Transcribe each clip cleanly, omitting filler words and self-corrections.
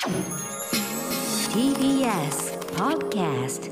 TBS Podcast。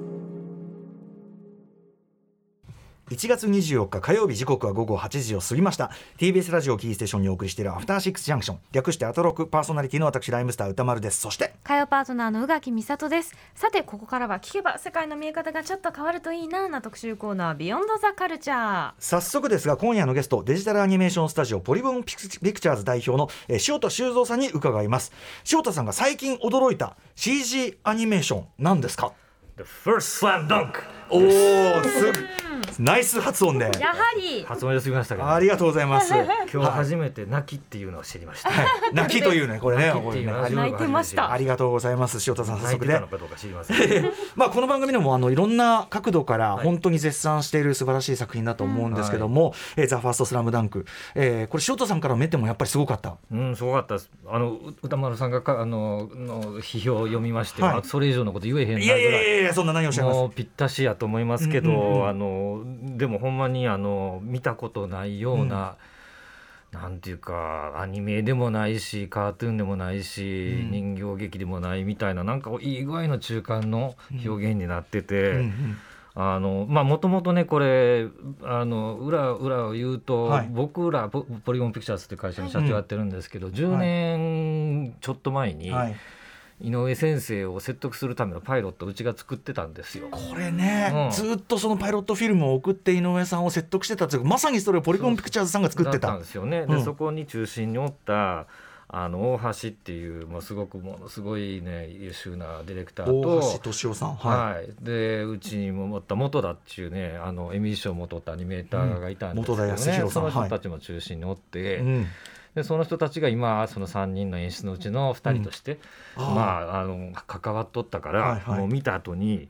1月24日火曜日、時刻は午後8時を過ぎました。 TBS ラジオキーステーションにお送りしているアフターシックスジャンクション、略してアトロク。パーソナリティの私ライムスター歌丸です。そして火曜パートナーの宇垣美里です。さてここからは聞けば世界の見え方がちょっと変わるといいな特集コーナー、ビヨンドザカルチャー。 早速ですが、今夜のゲスト、デジタルアニメーションスタジオポリゴンピクチャーズ代表の塩田修造さんに伺います。塩田さんが最近驚いた CG アニメーションなんですか？ The first slam dunk。 おー、ナイス発音でやはり発音良すぎましたけど、 ありがとうございます。 今日初めて泣きっていうのを知りました、 泣きというね、これね、 泣きっていうのは泣いてました。 ありがとうございます。塩田さん、早速ね泣いてたのかどうか知りませんまあこの番組でもいろんな角度から本当に絶賛している素晴らしい作品だと思うんですけども、ザ・ファーストスラムダンク、これ塩田さんから見てもやっぱりすごかった？ すごかったです。歌丸さんがの批評を読みまして、それ以上のこと言えへんなぐらい、 いやそんな何をおっしゃいます。 もうぴったしやと思いますけど、でもほんまに見たことないような、なんていうかアニメでもないしカートゥーンでもないし、人形劇でもないみたいな、なんかいい具合の中間の表現になってて、もともとねこれ裏を言うと、僕らポリゴンピクチャーズって会社の社長やってるんですけど、10年ちょっと前に、井上先生を説得するためのパイロットをうちが作ってたんですよ。 これね、ずっとそのパイロットフィルムを送って井上さんを説得してたというか、まさにそれをポリゴンピクチャーズさんが作ってたんですよね。でそこに中心におった大橋っていうものすごいね優秀なディレクターと大橋俊夫さん、 でうちにも持った元田っていうねエミー賞も取ったアニメーターがいたんですけどね、 元田康弘さん、 その人たちも中心におって、でその人たちが今その3人の演出のうちの2人として、関わっとったから、もう見た後に、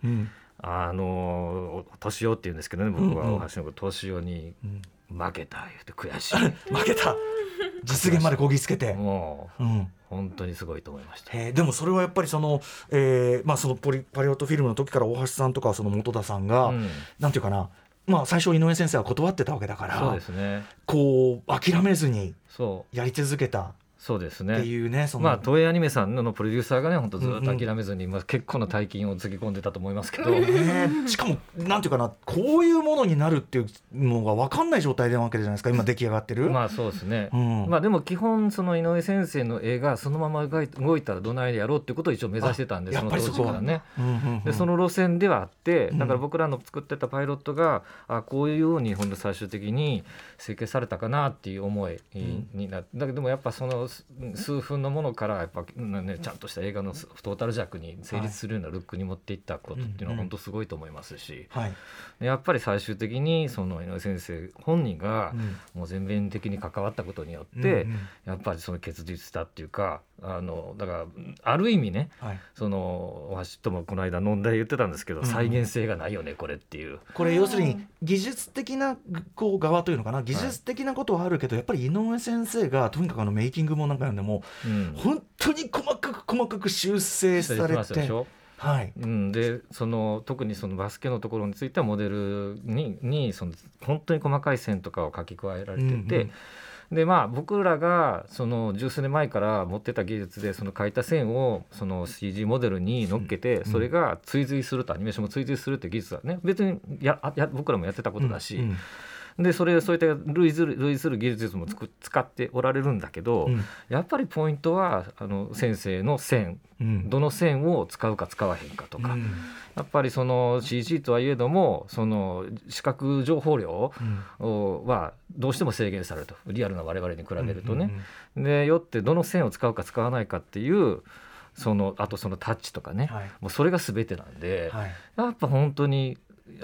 敏夫っていうんですけどね、僕は大橋のこと敏夫に負けた言って悔しい負けた実現までこぎつけて、 もう、本当にすごいと思いました。 でもそれはやっぱりそのパリオットフィルムの時から大橋さんとかその本田さんが、なんていうかな、最初井上先生は断ってたわけだから、 そうですね、 こう諦めずにやり続けた。 そうですね。 っていうね、 東映アニメさんのプロデューサーがね、本当ずっと諦めずに、結構な大金をつぎ込んでたと思いますけど、 しかもなんていうかな、こういうものになるっていうのが分かんない状態でなわけじゃないですか、今出来上がってる。 そうですね、でも基本その井上先生の絵がそのまま動いたらどないでやろうっていうことを一応目指してたんで、その当時からね、でその路線ではあって、だから僕らの作ってたパイロットがこういうように本当最終的に設計されたかなっていう思いになって、だけどもやっぱその数分のものからやっぱ、ちゃんとした映画のトータル尺に成立するようなルックに持っていったことっていうのは本当すごいと思いますし、やっぱり最終的にその井上先生本人がもう全面的に関わったことによって、やっぱりその結実したっていうか、だからある意味ね、その大橋ともこの間飲んで言ってたんですけど、再現性がないよねこれっていう。 これ要するに技術的な側というのかな、技術的なことはあるけど、やっぱり井上先生がとにかくメイキングもなんかでも、本当に細かく修正されて、で特にそのバスケのところについてはモデルにその本当に細かい線とかを書き加えられてて、で僕らがその十数年前から持ってた技術でその書いた線をその CG モデルに乗っけて、それが追随すると、アニメーションも追随するって技術はね、別に僕らもやってたことだし、でそういった類する技術も使っておられるんだけど、やっぱりポイントは先生の線、どの線を使うか使わへんかとか、やっぱりその CG とはいえどもその視覚情報量はどうしても制限されると、リアルな我々に比べるとね、でよってどの線を使うか使わないかっていうあとそのタッチとかね、もうそれが全てなんで、やっぱ本当に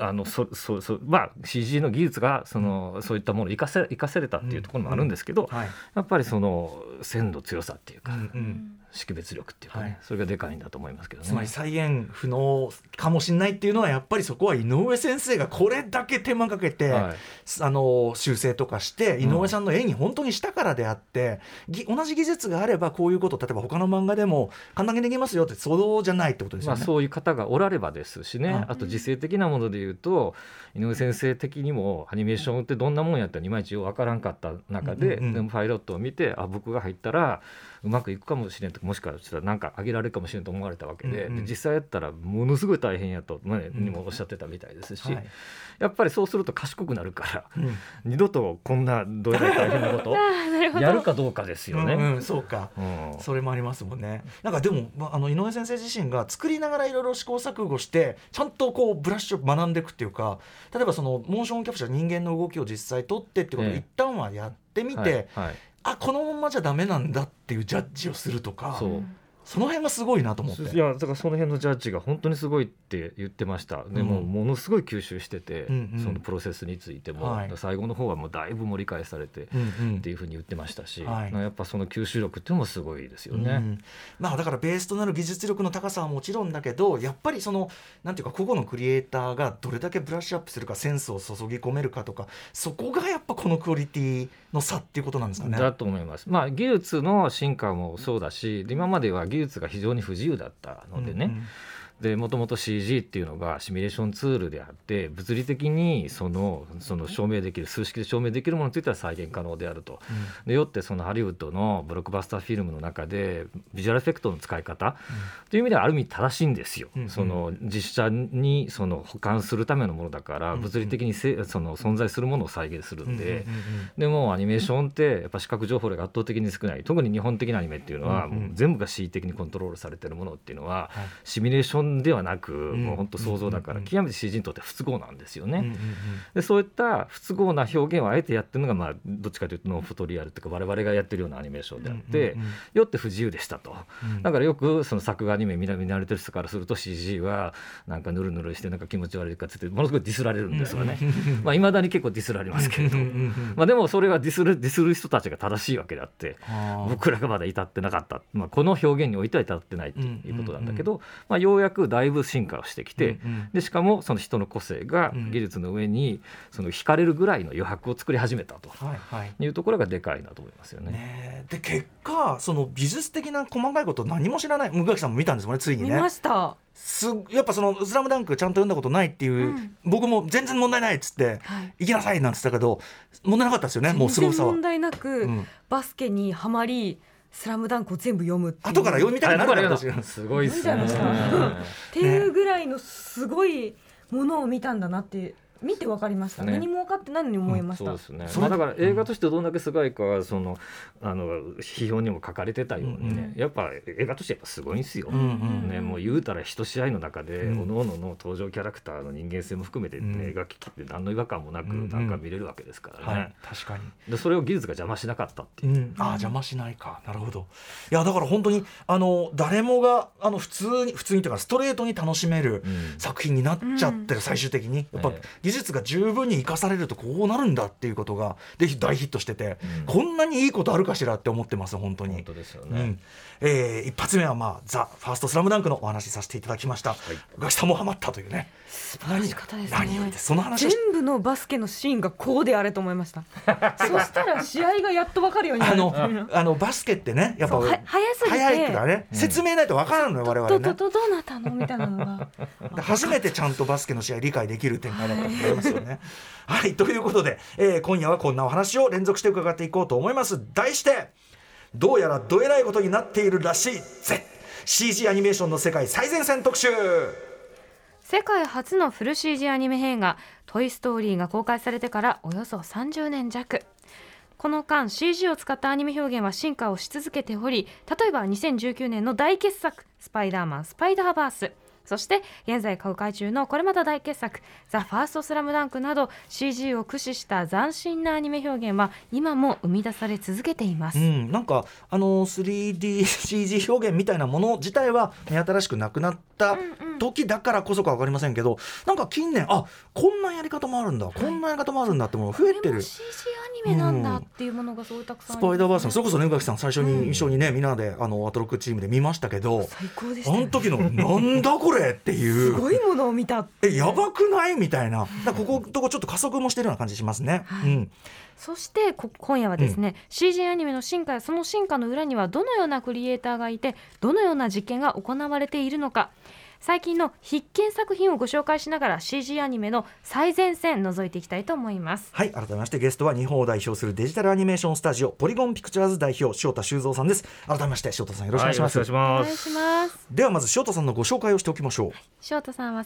CG の技術がそういったものを生かせれたっていうところもあるんですけど、やっぱりその線の強さっていうか、識別力っていうかね、それがでかいんだと思いますけどね。 つまり再現不能かもしれないっていうのは、やっぱりそこは井上先生がこれだけ手間かけて、修正とかして井上さんの絵に本当にしたからであって、同じ技術があればこういうこと、例えば他の漫画でも簡単にできますよって、そうじゃないってことですよね。 そういう方がおらればですしね、あと時勢的なものでいうと井上先生的にもアニメーションってどんなもんやったらいまいちよく分からんかった中で、でもパイロットを見て僕が入ったらうまくいくかもしれんともしかしたらなんか上げられるかもしれないと思われたわけで、で実際やったらものすごい大変やと前にもおっしゃってたみたいですし、やっぱりそうすると賢くなるから、二度とこんなどうやら大変なことやるかどうかですよね。 そうか、それもありますもんね。なんかでも井上先生自身が作りながらいろいろ試行錯誤してちゃんとこうブラッシュアップ学んでいくっていうか、例えばそのモーションキャプチャー人間の動きを実際撮ってってことを一旦はやってみて、このままじゃダメなんだっていうジャッジをするとか、その辺がすごいなと思って。 いやだからその辺のジャッジが本当にすごいって言ってました。でもものすごい吸収してて、そのプロセスについても、最後の方はもうだいぶ盛り返されてっていうふうに言ってましたし、やっぱその吸収力っていうのもすごいですよね。 だからベースとなる技術力の高さはもちろんだけど、やっぱりそのなんていうか個々のクリエイターがどれだけブラッシュアップするか、センスを注ぎ込めるかとか、そこがやっぱこのクオリティの差っていうことなんですかね。 だと思います。技術の進化もそうだし、今までは技術が非常に不自由だったのでね、でもともと CG っていうのがシミュレーションツールであって、物理的にその証明できる、数式で証明できるものについては再現可能であると、でよってそのハリウッドのブロックバスターフィルムの中でビジュアルエフェクトの使い方という意味ではある意味正しいんですよ。その実写にその保管するためのものだから、物理的にその存在するものを再現するんで、でもアニメーションってやっぱ視覚情報量が圧倒的に少ない、特に日本的なアニメっていうのはもう全部が恣意的にコントロールされてるものっていうのは、シミュレーションではなく、もう本当想像だから、極めて CG にとって不都合なんですよね。でそういった不都合な表現をあえてやってるのが、どっちかというとノンフォトリアルというか我々がやってるようなアニメーションであって、よって不自由でしたと。だからよくその作画アニメ見慣れてる人からすると CG はなんかヌルヌルしてなんか気持ち悪いかってものすごいディスられるんですよね。未だに結構ディスられますけれど、でもそれはディスる人たちが正しいわけであって、僕らがまだ至ってなかった、この表現においては至ってないということなんだけど、ようやくだいぶ進化をしてきて、でしかもその人の個性が技術の上にその惹かれるぐらいの余白を作り始めたというところがでかいなと思いますよね。 で結果その技術的な細かいこと何も知らない向垣さんも見たんですもんね、ついにね。 見ました。 やっぱそのスラムダンクちゃんと読んだことないっていう、僕も全然問題ないっつって、行きなさいなんつったけど問題なかったですよね。もうすごさは全然問題なく、バスケにはまりスラムダンクを全部読むっていう、 後から読みたくなるからすごいっすねっていうぐらいのすごいものを見たんだなって見て分かりました、何も分かってないのに思いました。 そうですね。だから映画としてどんだけすごいかは批評にも書かれてたようにね、やっぱ映画としてやっぱすごいんですよ、もう言うたら一試合の中で各々の登場キャラクターの人間性も含めて、描き切って何の違和感もなくなんか見れるわけですからね。 確かに。 でそれを技術が邪魔しなかったっていう、 邪魔しないか。なるほど。いやだから本当に誰もが普通にというかストレートに楽しめる作品になっちゃってる、最終的にやっぱ技術が十分に生かされるとこうなるんだっていうことがで大ヒットしてて、こんなにいいことあるかしらって思ってます。本当に。 本当ですよね。 一発目はザ・ファーストスラムダンクのお話しさせていただきました。宇垣さんもハマったというね。 素晴らしかったですね。 何よりその話全部のバスケのシーンがこうであれと思いましたそしたら試合がやっと分かるようになる。 バスケってねやっぱ早すぎて早いからね、説明ないと分からんのよ我々ね。 どうなったのみたいなのが初めてちゃんとバスケの試合理解できる展開だと思いますよね。はい、ということで、今夜はこんなお話を連続して伺っていこうと思います。題してどうやらどえらいことになっているらしいぜ CG アニメーションの世界最前線特集。 世界初のフル CG アニメ映画トイストーリーが公開されてからおよそ30年弱。この間 CG を使ったアニメ表現は進化をし続けており、例えば2019年の大傑作スパイダーマンスパイダーバース、そして現在公開中のこれまた大傑作ザ・ファーストスラムダンクなど CG を駆使した斬新なアニメ表現は今も生み出され続けています。 なんか3DCG 表現みたいなもの自体は目新しくなくなった時だからこそか分かりませんけど、なんか近年こんなやり方もあるんだ、こんなやり方もあるんだってものが増えてる。これも CG アニメなんだっていうものがそうたくさんありますね。 スパイダーバースのそれこそね、宇垣さん最初に一緒にね、みんなでアトロックチームで見ましたけど、 最高でしたね。 あの時のなんだこれっていうすごいものを見た。 やばくないみたいな。こことこちょっと加速もしてるような感じしますね。 そして今夜はですね、CG アニメの進化やその進化の裏にはどのようなクリエイターがいてどのような実験が行われているのか、 最近の必見作品をご紹介しながら CG アニメの最前線覗いていきたいと思います。 はい、改めましてゲストは日本を代表するデジタルアニメーションスタジオポリゴンピクチャーズ代表塩田修造さんです。改めまして塩田さんよろしくお願いします。 お願いします。 ではまず塩田さんのご紹介をしておきましょう。 塩田さんは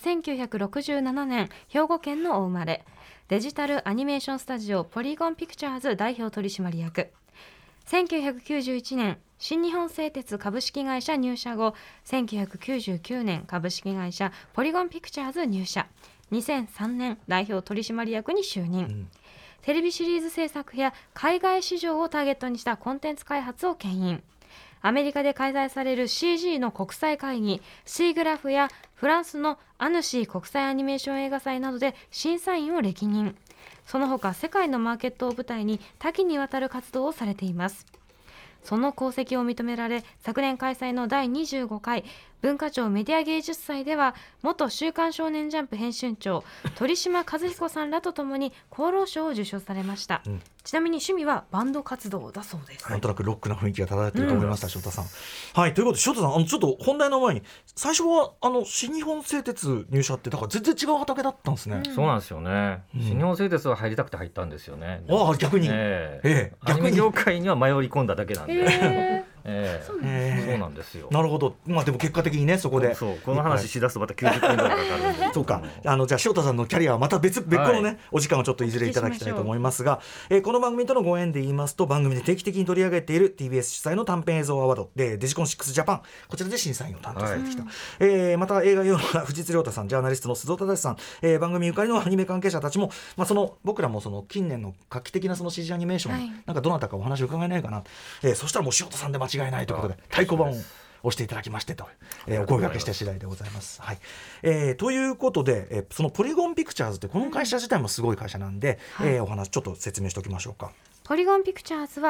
1967年兵庫県のお生まれ、デジタルアニメーションスタジオポリゴンピクチャーズ代表取締役。1991年新日本製鉄株式会社入社後、1999年株式会社ポリゴンピクチャーズ入社、2003年代表取締役に就任、テレビシリーズ制作や海外市場をターゲットにしたコンテンツ開発を牽引。アメリカで開催される CG の国際会議 C グラフやフランスのアヌシー国際アニメーション映画祭などで審査員を歴任。その他世界のマーケットを舞台に多岐にわたる活動をされています。その功績を認められ、昨年開催の第25回文化庁メディア芸術祭では元週刊少年ジャンプ編集長鳥島和彦さんらとともに功労賞を受賞されました、ちなみに趣味はバンド活動だそうです。 なんとなくロックな雰囲気が漂っていると思いました、塩田さん。はい、ということで塩田さんちょっと本題の前に最初は新日本製鉄入社ってだから全然違う畑だったんですね。 そうなんですよね、新日本製鉄は入りたくて入ったんですよね。 逆に、 アニメ業界には迷い込んだだけなんで、そうなんですよ。 なるほど。まあでも結果的にねそこでこの話しだすとまた90分ぐらいかかるんでそうか。じゃあ塩田さんのキャリアはまた別個のね、お時間をちょっといずれいただきたいと思いますが、この番組とのご縁で言いますと、番組で定期的に取り上げている TBS 主催の短編映像アワードでデジコン6ジャパン、こちらで審査員を担当されてきた、また映画用の藤津亮太さん、ジャーナリストの須藤忠さん、番組ゆかりのアニメ関係者たちも、僕らもその近年の画期的なその CG アニメーション、なんかどなたかお話を伺えないかな、そしたらもう塩田さんで間違いないということで太鼓判を押していただきましてと、お声掛けした次第でございます。はい、ということで、そのポリゴンピクチャーズってこの会社自体もすごい会社なんで、お話ちょっと説明しておきましょうか。 ポリゴンピクチャーズは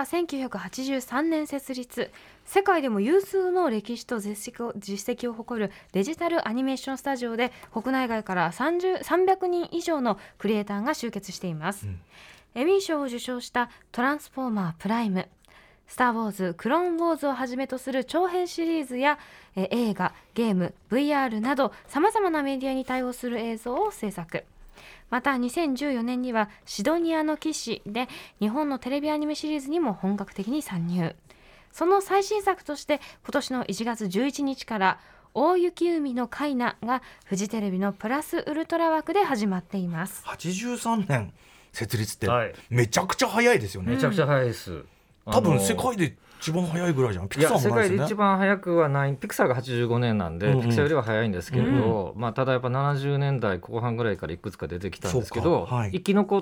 1983年設立、世界でも有数の歴史と実績を誇るデジタルアニメーションスタジオで、国内外から300人以上のクリエイターが集結しています、エミー賞を受賞したトランスフォーマープライム、スターウォーズ、クローンウォーズをはじめとする長編シリーズや映画、ゲーム、VR などさまざまなメディアに対応する映像を制作。また2014年にはシドニアの騎士で日本のテレビアニメシリーズにも本格的に参入。その最新作として今年の1月11日から大雪海のカイナがフジテレビのプラスウルトラ枠で始まっています。 83年設立ってめちゃくちゃ早いですよね。 めちゃくちゃ早いです。 多分世界で一番早いぐらいじゃん。ピクサーもないですね。 いや世界で一番早くはない。ピクサーが85年なんで、ピクサーよりは早いんですけれど、ただやっぱ70年代後半ぐらいからいくつか出てきたんですけど、生き残って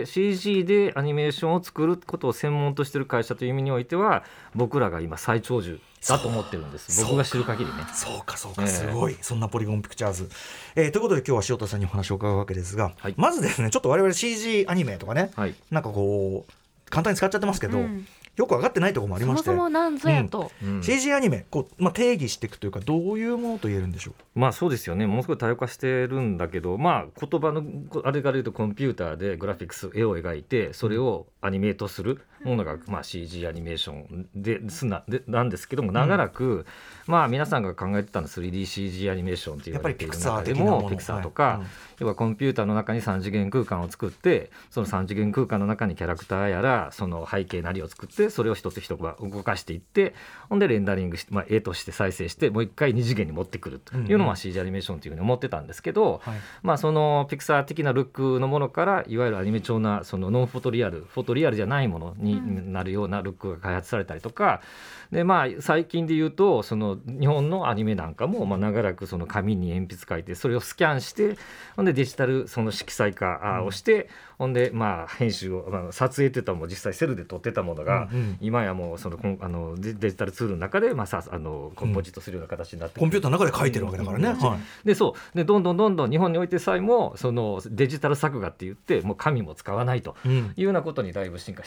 CG でアニメーションを作ることを専門としている会社という意味においては僕らが今最長寿だと思ってるんです。僕が知る限りね。 そうかすごい、そんなポリゴンピクチャーズ、ということで今日は塩田さんにお話を伺うわけですが、まずですね、ちょっと我々 CG アニメとかね、なんかこう簡単に使っちゃってますけど、よく分かってないところもありまして、 そもそも何ぞやと、 CG アニメ定義していくというか、どういうものと言えるんでしょう。 そうですよね。ものすごい多様化してるんだけど、言葉のあれから言うとコンピューターでグラフィックス絵を描いてそれをアニメートするものが、CG アニメーションなんですけども、長らく、皆さんが考えてたの 3DCG アニメーションって言われている中でもピクサーとか、要はコンピューターの中に3次元空間を作って、その3次元空間の中にキャラクターやらその背景なりを作って、それを一つ一つ動かしていって、ほんでレンダリングして、絵として再生してもう一回2次元に持ってくるというのを CG アニメーションというふうに思ってたんですけど、そのピクサー的なルックのものから、いわゆるアニメ調なそのノンフォトリアルじゃないものになるようなルックが開発されたりとかで、最近で言うとその日本のアニメなんかも、長らくその紙に鉛筆書いてそれをスキャンして、ほんでデジタルその色彩化をして、ほんで編集を、撮影って言ったらもう実際セルで撮ってたものが、今やもうそのデジタルツールの中で、コンポジットするような形になって、 コンピューターの中で書いてるわけだからね。 でどんどん日本においてさえもそのデジタル作画って言ってもう紙も使わないというようなことにだいぶ進化してきてるん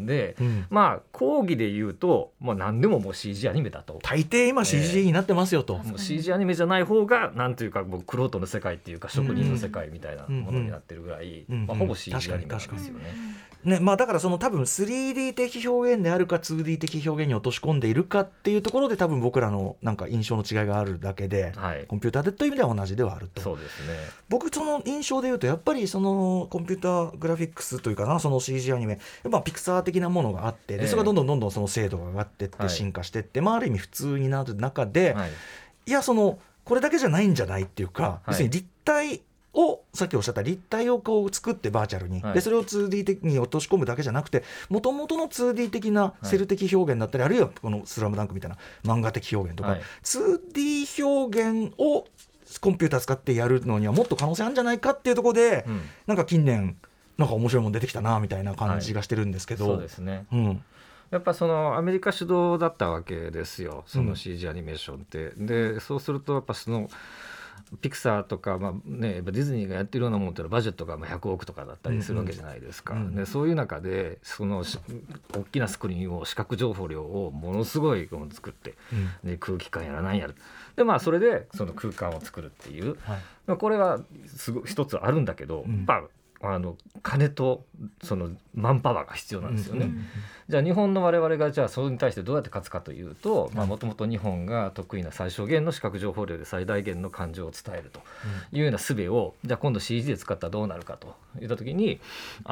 んで、まあ講義で言うともう何でももう CG アニメだと、 大抵今 CG になってますよと、 もう CG アニメじゃない方がなんというかもう玄人の世界っていうか職人の世界みたいなものになってるぐらい、まあ、ほぼ CG アニメなんですよね。 まあ、だからその多分 3D 的表現であるか 2D 的表現に落とし込んでいるかっていうところで多分僕らのなんか印象の違いがあるだけで、はい、コンピューターでという意味では同じではあると。 そうですね。 僕その印象でいうとやっぱりそのコンピューターグラフィックスというかな、その CG アニメやっぱピクサー的なものがあって、でそれがどんどんその精度が上がっていって進化していって、まあ、ある意味普通になる中で、いやそのこれだけじゃないんじゃないっていうか、要するに立体をさっきおっしゃった立体をこう作ってバーチャルに、でそれを 2D 的に落とし込むだけじゃなくて、もともとの 2D 的なセル的表現だったり、あるいはこのスラムダンクみたいな漫画的表現とか、2D 表現をコンピューター使ってやるのにはもっと可能性あるんじゃないかっていうところで、なんか近年なんか面白いもの出てきたなみたいな感じがしてるんですけど、 そうですね、やっぱそのアメリカ主導だったわけですよ、その CG アニメーションって、でそうするとやっぱそのピクサーとか、まあね、やっぱディズニーがやってるようなものってバジェットが100億とかだったりするわけじゃないですか、でそういう中でその大きなスクリーンを視覚情報量をものすごい作って、で空気感やら何やるで、まあ、それでその空間を作るっていう、これはすごい一つあるんだけど、金とそのマンパワーが必要なんですよね、じゃあ日本の我々がじゃあそれに対してどうやって勝つかというと、もともと日本が得意な最小限の視覚情報量で最大限の感情を伝えるというような術を、じゃあ今度 CG で使ったらどうなるかといった時に、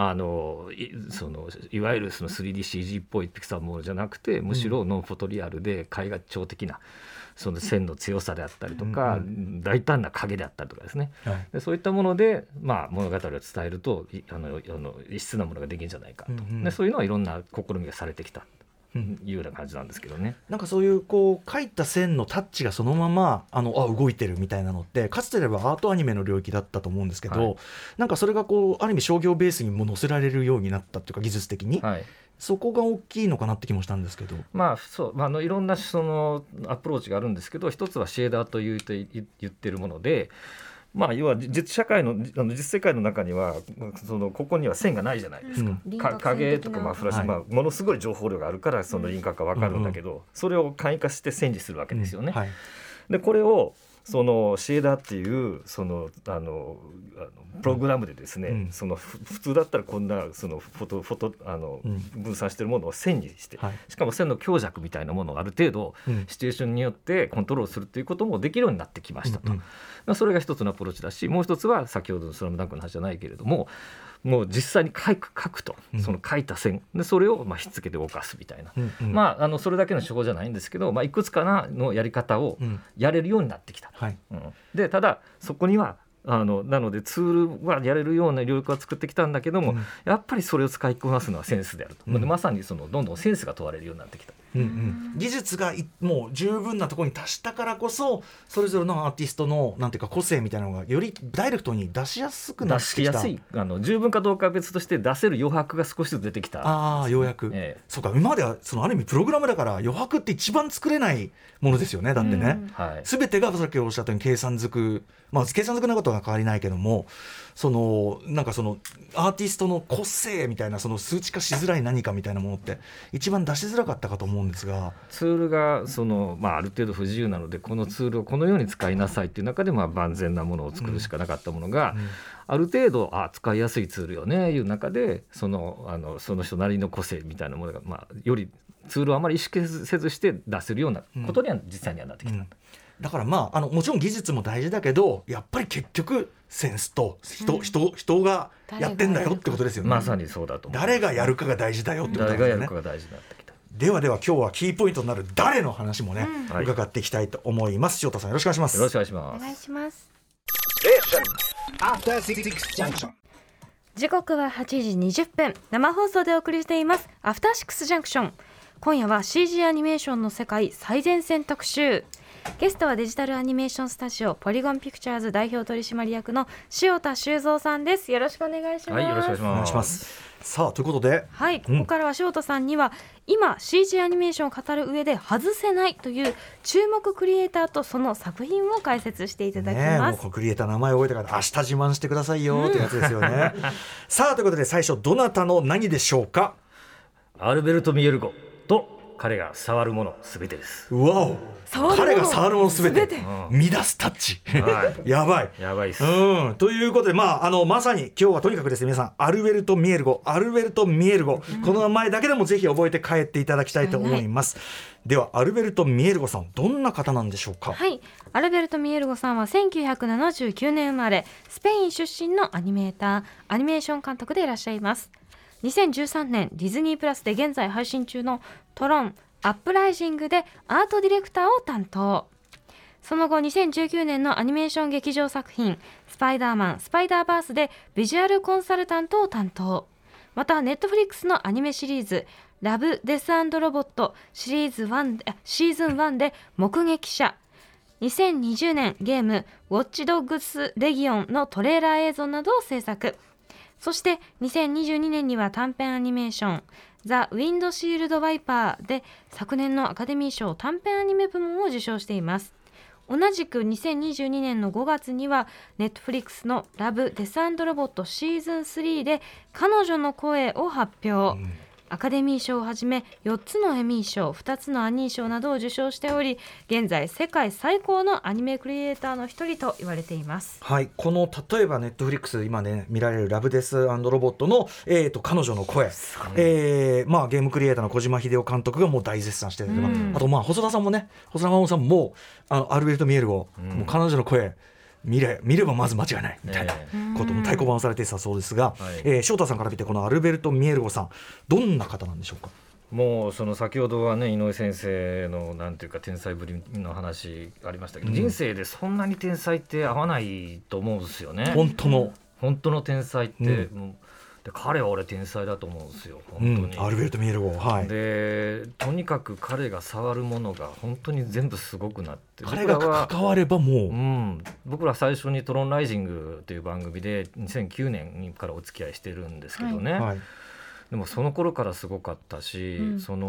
いわゆるその 3DCG っぽいピクサーものじゃなくて、むしろノンフォトリアルで絵画調的なその線の強さであったりとか、大胆な影であったりとかですね、でそういったもので、物語を伝えると異質なものができるんじゃないかと、でそういうのはいろんな試みがされてきたというような感じなんですけどね。 なんかそういうこう描いた線のタッチがそのまま動いてるみたいなのってかつてではアートアニメの領域だったと思うんですけど、なんかそれがこうある意味商業ベースにも載せられるようになったっていうか技術的に、そこが大きいのかなって気もしたんですけど、 いろんなそのアプローチがあるんですけど、一つはシェーダーと言ってるもので、要は実世界の中にはここには線がないじゃないですか、影とかフラッシュ、ものすごい情報量があるからその輪郭が分かるんだけど、それを簡易化して線にするわけですよね、でこれをそのシェーダーっていうそのプログラムでですね、その普通だったらこんなその分散しているものを線にして、しかも線の強弱みたいなものをある程度シチュエーションによってコントロールするということもできるようになってきましたと、それが一つのアプローチだし、もう一つは先ほどのスラムダンクの話じゃないけれども、もう実際に描くと、その描いた線でそれをひっつけて動かすみたいな、それだけの手法じゃないんですけど、いくつかのやり方をやれるようになってきた、でただそこにはなのでツールはやれるような領域を作ってきたんだけども、やっぱりそれを使いこなすのはセンスであると、まさにそのどんどんセンスが問われるようになってきた、 技術がもう十分なところに達したからこそ、それぞれのアーティストのなんていうか個性みたいなのがよりダイレクトに出しやすくなってきた、 出しやすい、十分かどうかは別として出せる余白が少しずつ出てきた。 ようやく、そうか、今まではそのある意味プログラムだから余白って一番作れないものですよね。だってね、全てがさっきおっしゃったように計算づく、計算づくなことは変わりないけども、なんかそのアーティストの個性みたいな、その数値化しづらい何かみたいなものって一番出しづらかったかと思うんですが、 ツールがある程度不自由なので、このツールをこのように使いなさいっていう中で万全なものを作るしかなかったものが、ある程度使いやすいツールよねいう中でその人なりの個性みたいなものが、よりツールをあまり意識せずして出せるようなことには実際にはなってきた、 だからもちろん技術も大事だけど、やっぱり結局センスと人がやってんだよってことですよね。 まさにそうだと思う。 誰がやるかが大事だよってことですよね。 誰がやるかが大事になってきた。 では今日はキーポイントになる誰の話もね、伺っていきたいと思います。塩田さん、よろしくお願いします。 よろしくお願いします。 お願いします。時刻は8時20分、生放送でお送りしていますアフターシックスジャンクション。今夜は CG アニメーションの世界最前線特集。ゲストはデジタルアニメーションスタジオポリゴンピクチャーズ代表取締役の塩田修造さんです。よろしくお願いします。 よろしくお願いします。 さあということで、 ここからは塩田さんには今 CG アニメーションを語る上で外せないという注目クリエイターとその作品を解説していただきます。 もうクリエイターの名前を覚えたから明日自慢してくださいよってやつですよね。さあということで、最初どなたの何でしょうか。 アルベルト・ミエルゴと彼が触るものすべてです。 うわお、彼が触るものすべて、乱すタッチ、はい、やばいです、 ということで、まさに今日はとにかくですね、皆さんアルベルト・ミエルゴ、この名前だけでもぜひ覚えて帰っていただきたいと思います、ではアルベルト・ミエルゴさん、どんな方なんでしょうか。 はい、アルベルト・ミエルゴさんは1979年生まれ、スペイン出身のアニメーター、アニメーション監督でいらっしゃいます。2013年ディズニープラスで現在配信中のトロンアップライジングでアートディレクターを担当。その後2019年のアニメーション劇場作品スパイダーマンスパイダーバースでビジュアルコンサルタントを担当。またネットフリックスのアニメシリーズラブ・デス&ロボットシーズン1で目撃者、2020年ゲームウォッチドッグスレギオンのトレーラー映像などを制作。そして2022年には短編アニメーションザ・ウィンドシールド・ワイパーで昨年のアカデミー賞短編アニメ部門を受賞しています。同じく2022年の5月にはネットフリックスのラブ・デス&ロボットシーズン3で彼女の声を発表、アカデミー賞をはじめ4つのエミー賞、2つのアニー賞などを受賞しており、現在世界最高のアニメクリエイターの一人と言われています。 はい、この例えばネットフリックス今ね見られるラブデス&ロボットの、彼女の声、ゲームクリエイターの小島秀夫監督がもう大絶賛してる、あと細田さんもね、細田守さんもアルベルト・ミエルゴ、もう彼女の声見ればまず間違いないみたいなことも太鼓判をされていたそうですが、翔太さんから見てこのアルベルト・ミエルゴさん、どんな方なんでしょうか。 もうその先ほどはね井上先生のなんていうか天才ぶりの話ありましたけど、人生でそんなに天才って合わないと思うんですよね。 本当の天才って、で彼は俺天才だと思うんですよ本当に、 アルベルト・ミエルゴ、 でとにかく彼が触るものが本当に全部すごくなって、 彼が関わればもう、 僕ら最初にトロンライジングという番組で2009年からお付き合いしてるんですけどね、でもその頃からすごかったし、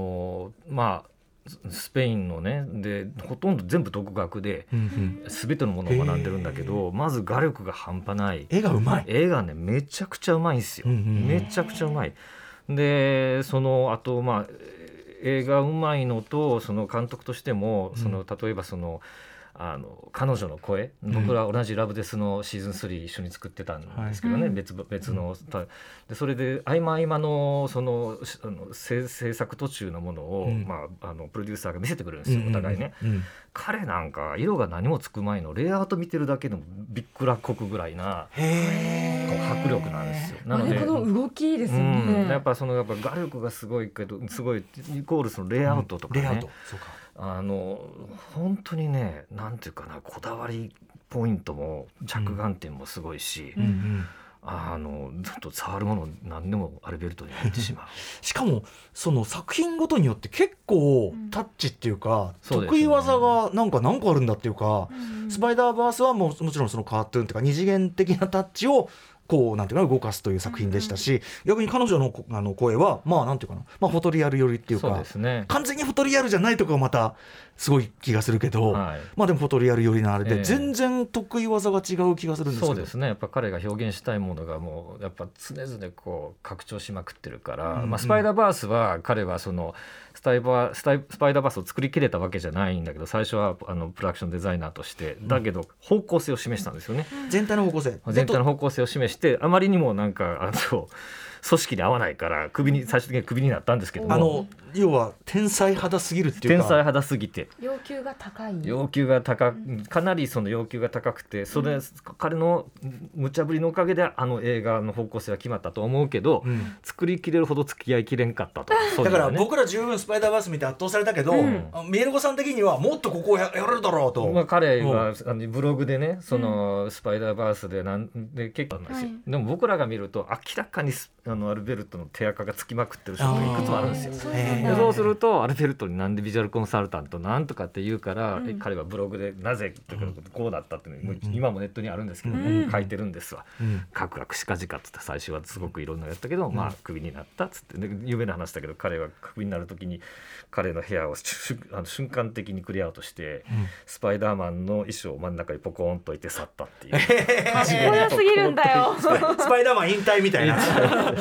スペインのねでほとんど全部独学で、全てのものを学んでるんだけど、まず画力が半端ない。 絵がうまい。 絵がねめちゃくちゃうまいんですよ、めちゃくちゃうまい。でそのあと絵がうまいのと、その監督としても例えば彼女の声、僕ら同じラブデスのシーズン3一緒に作ってたんですけどね、別のでそれで合間合間の制作途中のものを、プロデューサーが見せてくれるんですよ、お互いね、彼なんか色が何もつく前のレイアウト見てるだけでもびっくらこくぐらいな迫力なんですよ。なのでこの動きですね、 やっぱ画力がすごいけど、すごいイコールそのレイアウトとかね、 そうか、 本当にねなんていうかな、こだわりポイントも着眼点もすごいし、ずっと触るもの何でもアルベルトに入ってしまうしかもその作品ごとによって結構タッチっていうか、得意技がなんかあるんだっていうか、スパイダーバースはもちろんそのカートゥーンっていうか二次元的なタッチをこうなんていうか動かすという作品でしたし、逆に彼女の声はなんていうかな、フォトリアル寄りっていうか、 そうですね、 完全にフォトリアルじゃないとこがまたすごい気がするけど、でもフォトリアル寄りのあれで全然得意技が違う気がするんですけど、 そうですね、やっぱ彼が表現したいものがもうやっぱ常々こう拡張しまくってるから、スパイダーバースは彼はそのスパイダーバースを作りきれたわけじゃないんだけど、最初はプロダクションデザイナーとしてだけど方向性を示したんですよね、 全体の方向性を示して、あまりにもなんか組織に合わないから最終的にクビになったんですけども、 要は天才肌すぎるっていうか、 天才肌すぎて要求が高い、 かなりその要求が高くて、彼の無茶ぶりのおかげで映画の方向性は決まったと思うけど、作りきれるほど付き合いきれんかったと。 だから僕ら十分スパイダーバース見て圧倒されたけど、ミエルゴさん的にはもっとここをやれるだろうと、 彼はブログでね、そのスパイダーバースで結構なんですよ、でも僕らが見ると明らかにアルベルトの手垢がつきまくってるショットがいくつもあるんですよ。でそうするとアルベルトになんでビジュアルコンサルタントなんとかって言うから、彼はブログでなぜこうだったっていうの、今もネットにあるんですけど、書いてるんですわ、カクカクしかじかっつって最初はすごくいろんなやったけど、クビになったっつって、有名な話だけど、彼はクビになる時に彼の部屋を瞬間的にクリアアウトして、スパイダーマンの衣装を真ん中にポコーンと置いて去ったっていう、 かっこよすぎるんだよスパイダーマン引退みたいな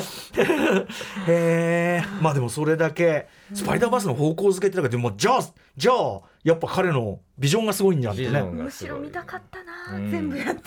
へえ。まあでもそれだけスパイダーバースの方向づけってだけでもじゃあやっぱ彼のビジョンがすごいんじゃんってね。 むしろ見たかったな、全部やった、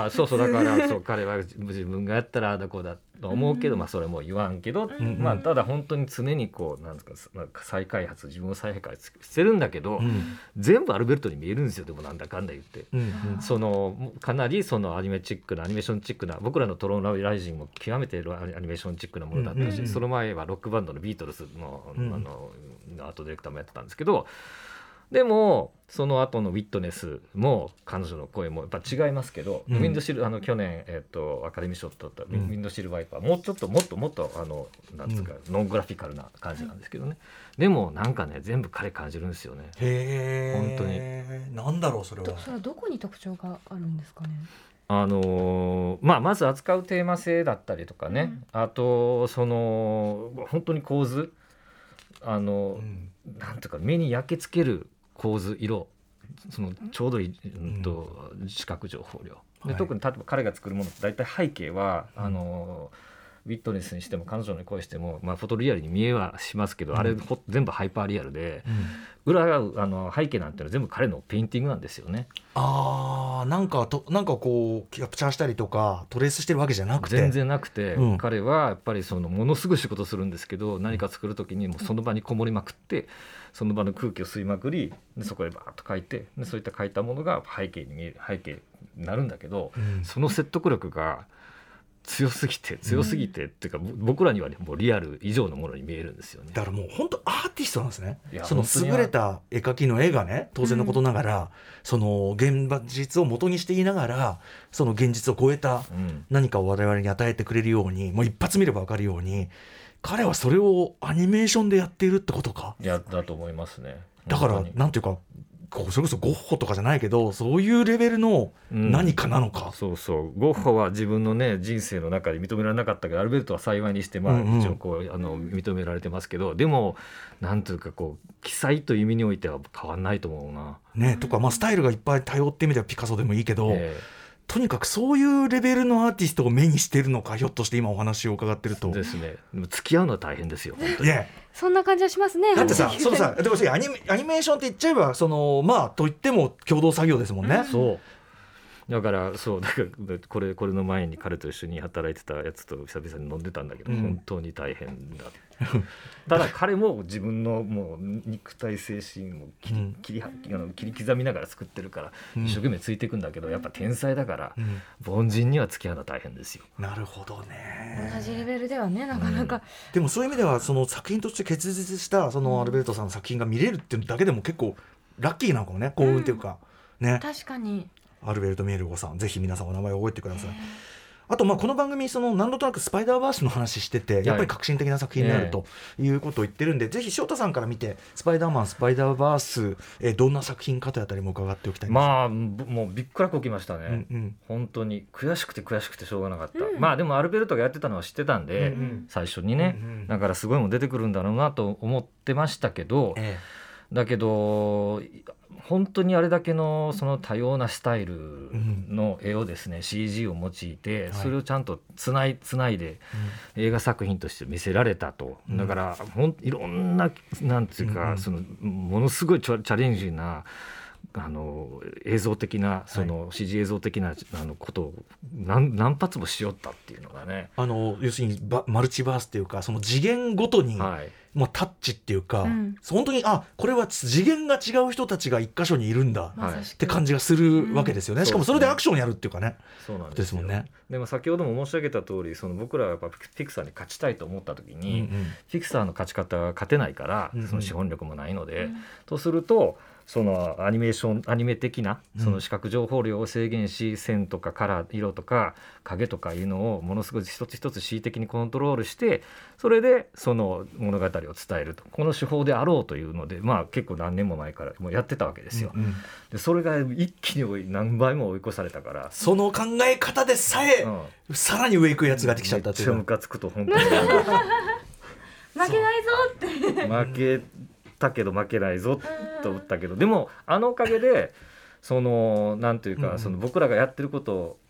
そうだからそう彼は自分がやったらだこうだと思うけど、それも言わんけど、ただ本当に常にこうなんですか再開発自分を再開発してるんだけど、全部アルベルトに見えるんですよ。でもなんだかんだ言って、そのかなりそのアニメーションチックな、僕らのトロンライジングも極めてアニメーションチックなものだったし、その前はロックバンドのビートルズのアートディレクターもやってたんですけど、でもその後のウィットネスも彼女の声もやっぱ違いますけど、ウィンドシル去年、アカデミー賞を取ったウィンドシルワイパー、もっとなんですか、ノングラフィカルな感じなんですけどね、でもなんかね全部彼感じるんですよね。 へ本当に。 なんだろうそれは。 それはどこに特徴があるんですかね。 まず扱うテーマ性だったりとかね、あとその本当に構図なんとか目に焼け付ける構図、色、そのちょうどいい、視覚情報量で、特に例えば彼が作るものって大体背景は、ウィットネスにしても彼女の声しても、フォトリアルに見えはしますけど、あれ全部ハイパーリアルで、裏が背景なんてのは全部彼のペインティングなんですよね。 なんかこうキャプチャーしたりとかトレースしてるわけじゃなくて、 全然なくて、彼はやっぱりそのものすごい仕事するんですけど、何か作る時にもうその場にこもりまくって、その場の空気を吸いまくり、でそこでバーッと書いて、でそういった書いたものが背景に見える、背景になるんだけど、その説得力が強すぎてっていうか、僕らには、ね、もうリアル以上のものに見えるんですよね。 だからもう本当アーティストなんですね。その優れた絵描きの絵がね、当然のことながら、その現実を元にしていながら、その現実を超えた何かを我々に与えてくれるように、もう一発見れば分かるように、彼はそれをアニメーションでやっているってことか。 だと思いますね。 だからなんていうか、それこそゴッホとかじゃないけど、そういうレベルの何かなのか、 そうゴッホは自分のね人生の中で認められなかったけど、アルベルトは幸いにして一応こう認められてますけど、でもなんというかこう奇才という意味においては変わんないと思うな、 ね、とか、スタイルがいっぱい多様って意味ではピカソでもいいけど、とにかくそういうレベルのアーティストを目にしてるのか、ひょっとして今お話を伺ってるとですね。でも付き合うのは大変ですよ本当に、 そんな感じはしますね。 だってさ、でもアニメーションって言っちゃえばと言っても共同作業ですもんね、 だからこれの前に彼と一緒に働いてたやつと久々に飲んでたんだけど、本当に大変だただ彼も自分のもう肉体精神を切り刻みながら作ってるから、一生懸命ついていくんだけど、やっぱ天才だから、凡人には付き合うのは大変ですよ。 なるほどね。 同じレベルではね、なかなか、 でもそういう意味ではその作品として結実したそのアルベルトさんの作品が見れるっていうだけでも結構ラッキーなのかもね、幸運っていうか、ね。 確かに。 アルベルト・ミエルゴさん、ぜひ皆さんお名前を覚えてください。あとこの番組何度となくスパイダーバースの話してて、やっぱり革新的な作品になるということを言ってるんで、ぜひ翔太さんから見てスパイダーマンスパイダーバース、どんな作品かというあたりも伺っておきたいんです。 もうびっくらこきましたね、本当に悔しくてしょうがなかった、でもアルベルトがやってたのは知ってたんで、最初にね、だからすごいもん出てくるんだろうなと思ってましたけど、だけど本当にあれだけのその多様なスタイルの絵をですね、CG を用いてそれをちゃんとつないで映画作品として見せられたと。だからいろんななんていうか、そのものすごいチャレンジな映像的なCG 映像的なことを何発もしよったっていうのがね、 要するにマルチバースっていうか、その次元ごとに、タッチっていうか、本当にこれは次元が違う人たちが一箇所にいるんだって感じがするわけですよね、しかもそれでアクションやるっていうかね。 そうなんですもんね。 でも先ほども申し上げた通り、僕らはやっぱピクサーに勝ちたいと思った時に、ピクサーの勝ち方は勝てないから、その資本力もないので、とするとそのアニメ的なその視覚情報量を制限し、線とかカラー、色とか影とかいうのをものすごい一つ一つ恣意的にコントロールして、それでその物語を伝えると、この手法であろうというので、結構何年も前からもうやってたわけですよ、でそれが一気に何倍も追い越されたから、 その考え方でさえ、さらに上行くやつができちゃったっていう。 めっちゃムカつくと本当に負けないぞって負けたけど負けないぞと思ったけど、でもおかげでなんていうか、僕らがやってること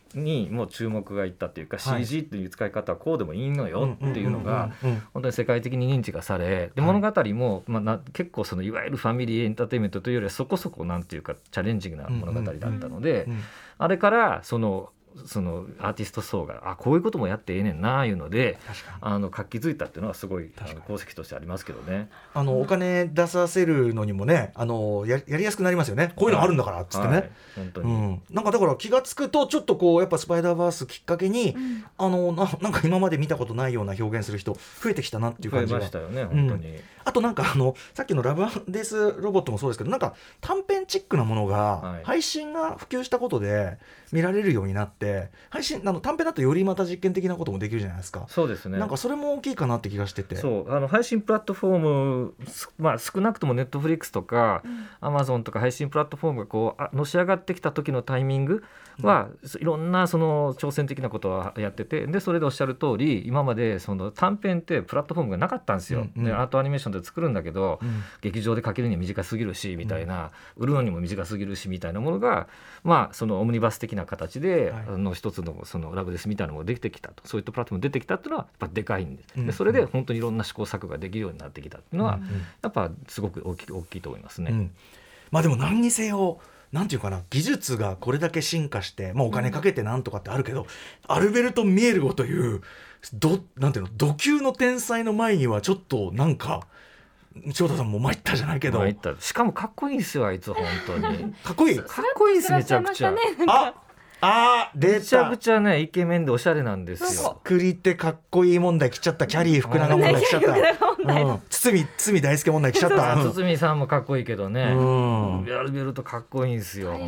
にもう注目がいったというか、はい、CG っていう使い方はこうでもいいのよっていうのが本当に世界的に認知がされ、で物語も、結構そのいわゆるファミリーエンターテインメントというよりはそこそこなんていうかチャレンジングな物語だったので、あれからそのアーティスト層がこういうこともやってええねんないうので活気づいたっていうのはすごい功績としてありますけどね。 お金出させるのにもねやりやすくなりますよね、こういうのあるんだからっつってね、はい、 本当に、 なんかだから気がつくとちょっとこうやっぱスパイダーバースきっかけに、なんか今まで見たことないような表現する人増えてきたなっていう感じが増えましたよね本当に、 あとなんかさっきのラブ&デスロボットもそうですけど、なんか短編チックなものが配信が普及したことで見られるようになって、配信短編だとよりまた実験的なこともできるじゃないですか。 そうですね、 なんかそれも大きいかなって気がしてて、 そう配信プラットフォーム、少なくともネットフリックスとかアマゾンとか配信プラットフォームがこうのし上がってきた時のタイミングは、いろんなその挑戦的なことをやってて、でそれでおっしゃる通り今までその短編ってプラットフォームがなかったんですよ、でアートアニメーションで作るんだけど、劇場でかけるには短すぎるしみたいな、売るのにも短すぎるしみたいなものが、そのオムニバス的な形で、一つのそのラブですみたいなのもできてきたと、そういったプラットフォーム出てきたっていうのはやっぱでかいんです、でそれで本当にいろんな試行錯誤ができるようになってきたっていうのは、やっぱすごく大きいと思いますね、 でも何にせよなんていうかな、技術がこれだけ進化して、お金かけてなんとかってあるけど、アルベルト・ミエルゴというなんていうの土級の天才の前にはちょっとなんか翔太さんも参ったじゃないけど、 しかもかっこいいんですよあいつ本当にかっこいいですめちゃくちゃ、めちゃくちゃねイケメンでおしゃれなんですよ。 作り手かっこいい問題来ちゃった、キャリー福永問題来ちゃった、堤大輔問題来ちゃった、 堤さんもかっこいいけどね、アルベルトかっこいいんですよ。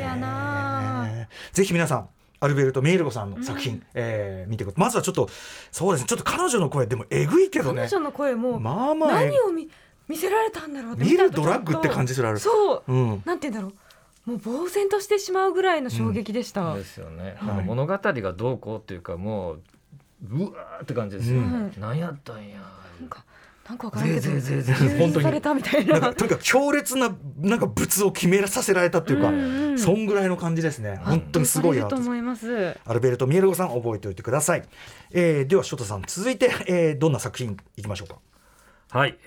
ぜひ皆さんアルベルト・ミエルゴさんの作品、見てください。まずはちょっとそうですね、ちょっと彼女の声でもえぐいけどね、 彼女の声も何を見せられたんだろうって見るドラッグって感じするある。 そう、なんて言うんだろう、もう呆然としてしまうぐらいの衝撃でした、 ですよね、物語がどうこうっていうかもうわーって感じですよね、何やったんやなんか分からんけど本当にされたみたいな、 とにかく強烈ななんか物を決めさせられたっていうか、そんぐらいの感じですね。本当にすごいと思います。 アルベルト・ミエルゴさん覚えておいてください。では翔太さん続いて、どんな作品いきましょうか。 はい、ス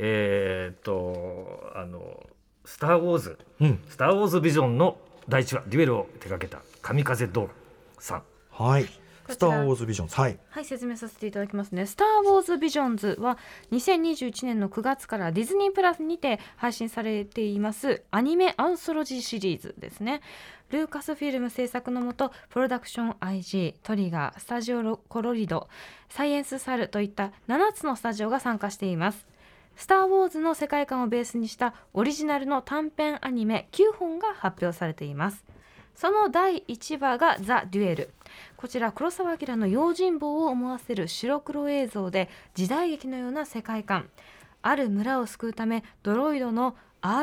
ター・ウォーズ、スター・ウォーズビジョンの第1話デュエルを手掛けた神風動画さん。 はい、スター・ウォーズ・ビジョンズ、はい、 説明させていただきますね。スター・ウォーズ・ビジョンズは2021年の9月からディズニープラスにて配信されていますアニメアンソロジーシリーズですね。ルーカスフィルム制作のもと、プロダクション IG、トリガー、スタジオコロリド、サイエンスサルといった7つのスタジオが参加しています。スター・ウォーズの世界観をベースにしたオリジナルの短編アニメ9本が発表されています。その第1話がザ・デュエル。こちら黒澤明の用心棒を思わせる白黒映像で時代劇のような世界観。ある村を救うためドロイドの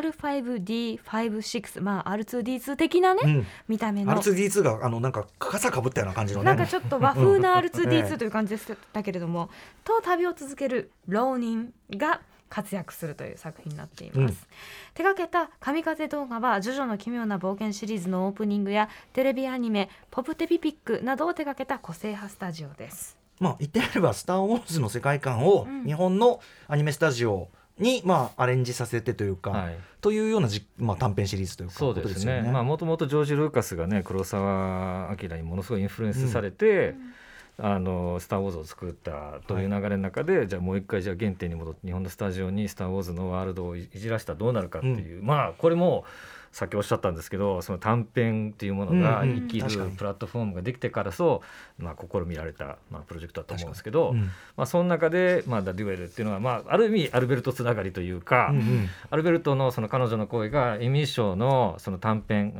R5D56、R2D2 的なね、見た目の R2D2 がなんか傘かぶったような感じのね、 なんかちょっと和風な R2D2 という感じでしたけれども、と旅を続ける浪人が活躍するという作品になっています、手掛けた神風動画はジョジョの奇妙な冒険シリーズのオープニングやテレビアニメポプテピピックなどを手掛けた個性派スタジオです。 言ってみればスター・ウォーズの世界観を日本のアニメスタジオにアレンジさせてというか、というような短編シリーズというかことですよね。もともとジョージ・ルーカスがね黒澤明にものすごいインフルエンスされて、スター・ウォーズを作ったという流れの中で、じゃあもう一回原点に戻って日本のスタジオにスター・ウォーズのワールドをいじらしたらどうなるかっていう、これもさっきおっしゃったんですけど、その短編っていうものが生きるプラットフォームができてから試みられた、プロジェクトだと思うんですけど、その中で、デュエルっていうのは、ある意味アルベルトつながりというか、アルベルトのその彼女の声がエミー賞のその短編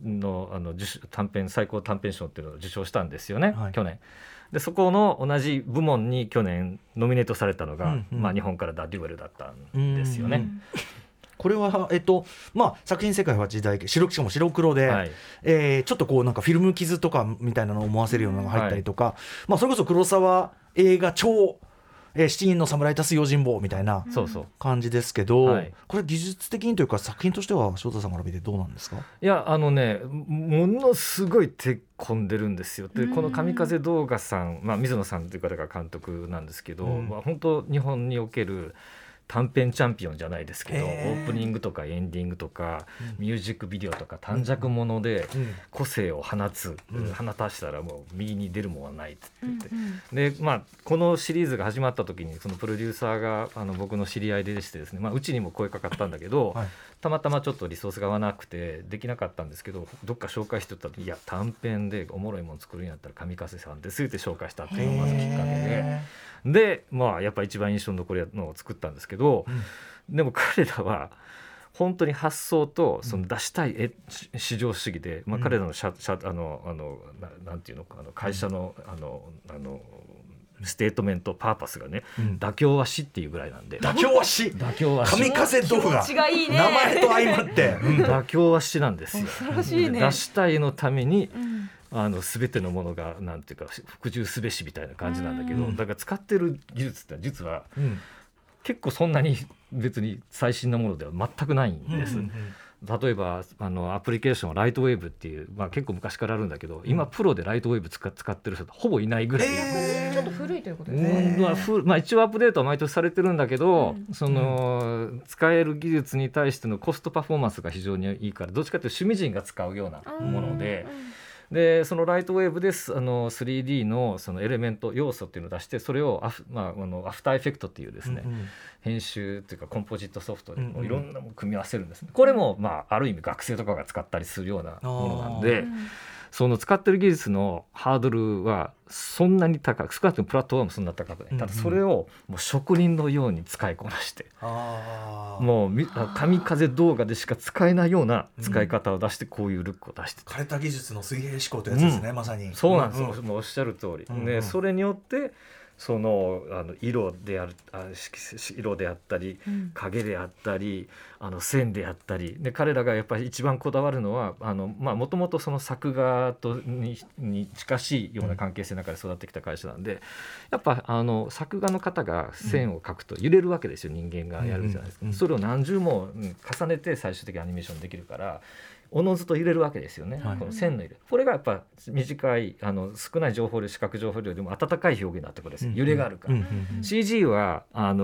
最高短編賞っていうのを受賞したんですよね、去年で。そこの同じ部門に去年ノミネートされたのが、日本からデュエルだったんですよね。 これは、作品世界は時代劇、しかも白黒で、ちょっとなんかフィルム傷とかみたいなのを思わせるようなのが入ったりとか、それこそ黒沢映画調 7人の侍足す用心棒みたいな感じですけど、 はい、 これ技術的にというか作品としては翔太さんから見てどうなんですか？ いやものすごい手込んでるんですよ。でこの神風動画さん、水野さんという方が監督なんですけど、本当日本における短編チャンピオンじゃないですけど、オープニングとかエンディングとか、ミュージックビデオとか短尺もので個性を放たしたらもう右に出るものはないって言って、でこのシリーズが始まった時にそのプロデューサーが僕の知り合いでしてですね、うちにも声かかったんだけど、たまたまちょっとリソースが合わなくてできなかったんですけど、どっか紹介してたら、いや短編でおもろいもの作るんやったら神風さんですって紹介したっていうのがまずきっかけで、やっぱり一番印象に残るのを作ったんですけど、でも彼らは本当に発想とその出したい市場主義で、彼らのなんていうのか、会社のステートメントパーパスがね、妥協は死っていうぐらいなんで、 妥協は死、神風豆腐が名前と相まって妥協は死なんですよ。 恐ろしいね。 出したいのために、全てのものがなんていうか服従すべしみたいな感じなんだけど、だから使ってる技術って実は、結構そんなに別に最新のものでは全くないんです。例えばアプリケーションライトウェーブっていう、結構昔からあるんだけど、今プロでライトウェーブ使ってる人ほぼいないぐらい、 ちょっと古いということですね。 一応アップデートは毎年されてるんだけど、使える技術に対してのコストパフォーマンスが非常にいいから、どっちかというと趣味人が使うようなもので、そのライトウェーブで3D のそのエレメント要素っていうのを出して、それをアフターエフェクトっていうですね、編集というかコンポジットソフトでいろんなもの組み合わせるんですね。これもある意味学生とかが使ったりするようなものなんで、その使ってる技術のハードルはそんなに高く、少なくともプラットフォームそんな高くない。ただそれをもう職人のように使いこなして、もう神風動画でしか使えないような使い方を出して、こういうルックを出して、 枯れた技術の水平思考というやつですね、まさに。 そうなんです、もうおっしゃる通り、でそれによってその色であったり、影であったり線であったりで、彼らがやっぱり一番こだわるのはもともとその作画に近しいような関係性の中で育ってきた会社なんで、やっぱ作画の方が線を描くと揺れるわけですよ、人間がやるじゃないですか。それを何重も重ねて最終的にアニメーションできるから、おのずと揺れるわけですよね、この線の揺れ。これがやっぱ短い少ない情報量、視覚情報量でも温かい表現になってくるんですよ、揺れがあるから。CG は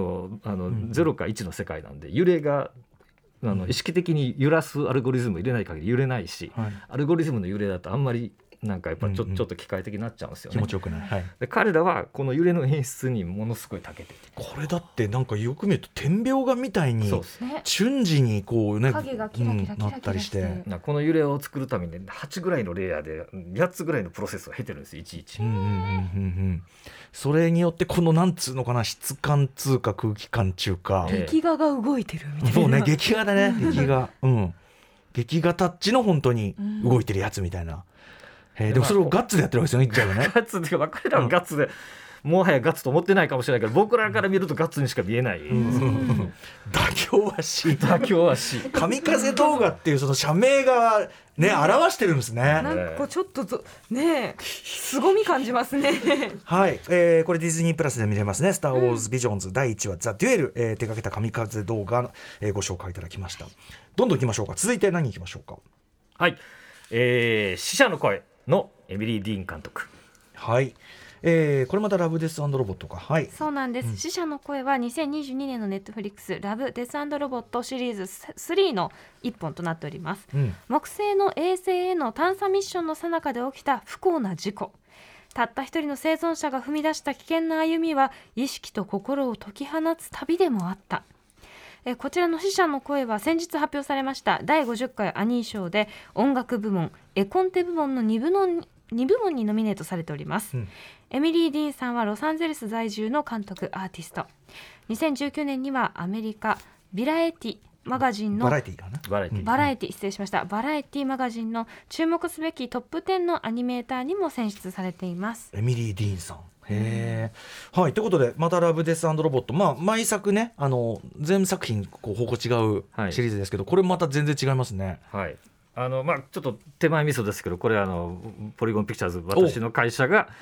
0か1の世界なんで、揺れが意識的に揺らすアルゴリズムを入れない限り揺れないし、アルゴリズムの揺れだとあんまりなんかやっぱちょっと機械的になっちゃうんですよね。 気持ちよくない、 で彼らはこの揺れの演出にものすごい長けてて、 これだってなんかよく見ると点描画みたいに瞬時にこうね、 影がキラキラキラキラなったりして、 この揺れを作るために8ぐらいのレイヤーで8つぐらいのプロセスを経てるんですよ、いちいち。 それによってこのなんつうのかな、質感つうか空気感ちゅうか、 劇画が動いてるみたいな。 そうね、劇画だね劇画、劇画タッチの本当に動いてるやつみたいな。でもそれをガッツでやってるわけですよね、言っちゃうね。 ガッツっていうか、彼らはガッツで、もはやガッツと思ってないかもしれないけど、僕らから見るとガッツにしか見えない。 妥協はし、 妥協はし、 神風動画っていうその社名がね、表してるんですね。 なんかちょっとね、凄み感じますね。 はい、これディズニープラスで見れますね。スター・ウォーズ・ビジョンズ第1話ザ・デュエル、手掛けた神風動画の、ご紹介いただきました。どんどんいきましょうか。続いて何いきましょうか。 はい、死者の声のエミリー・ディーン監督。 はい、これまたラブデス&ロボットか。はい、 そうなんです、死者の声は2022年のネットフリックスラブデス&ロボットシリーズ3の一本となっております。木星の衛星への探査ミッションの最中で起きた不幸な事故、たった一人の生存者が踏み出した危険な歩みは意識と心を解き放つ旅でもあった。こちらの死者の声は先日発表されました第50回アニー賞で音楽部門絵コンテ部門の2部門にノミネートされております。エミリー・ディーンさんはロサンゼルス在住の監督アーティスト。2019年にはアメリカバラエティマガジンのバラエティ失礼しました。バラエティマガジンの注目すべきトップ10のアニメーターにも選出されています。 エミリー・ディーンさん、はい、ということでまたラブデス&ロボット、毎作ね全作品こう方向違うシリーズですけど、これまた全然違いますね。 はい、ちょっと手前味噌ですけど、これポリゴンピクチャーズ、私の会社が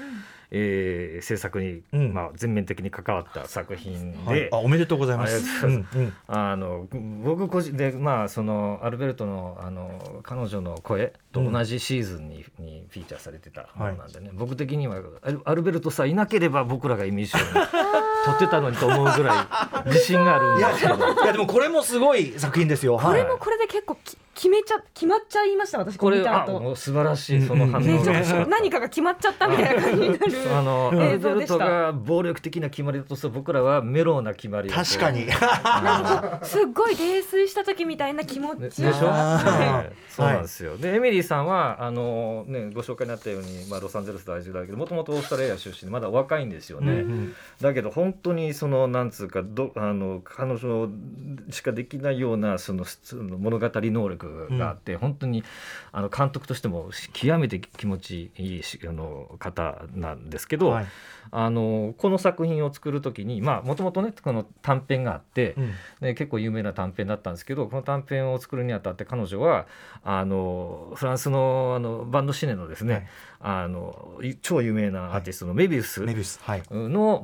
制作に、全面的に関わった作品で、 おめでとうございます。 僕個人で、そのアルベルトの、彼女の声と同じシーズンにフィーチャーされてたものなんでね、僕的にはアルベルトさえいなければ僕らがイミー賞に取ってたのにと思うぐらい自信があるんですけどいやでもこれもすごい作品ですよ。 これもこれで結構決まっちゃいました。私これ見た後もう素晴らしいその反応が、何かが決まっちゃったみたいな感じになるアルベルトが暴力的な決まりだとすると僕らはメロウな決まり。 確かにすっごい泥酔した時みたいな気持ちでしょ、そうなんですよ。でエミリーさんはご紹介になったように、ロサンゼルス在住だけどもともとオーストラリア出身でまだ若いんですよね、だけど本当にそのなんつうか彼女しかできないようなその物語能力があって、本当に監督としても極めて気持ちいい方なんですけど、この作品を作る時にもともとねこの短編があって、結構有名な短編だったんですけど、この短編を作るにあたって彼女はフランスのバンドシネのですね、超有名なアーティストのメビウスの、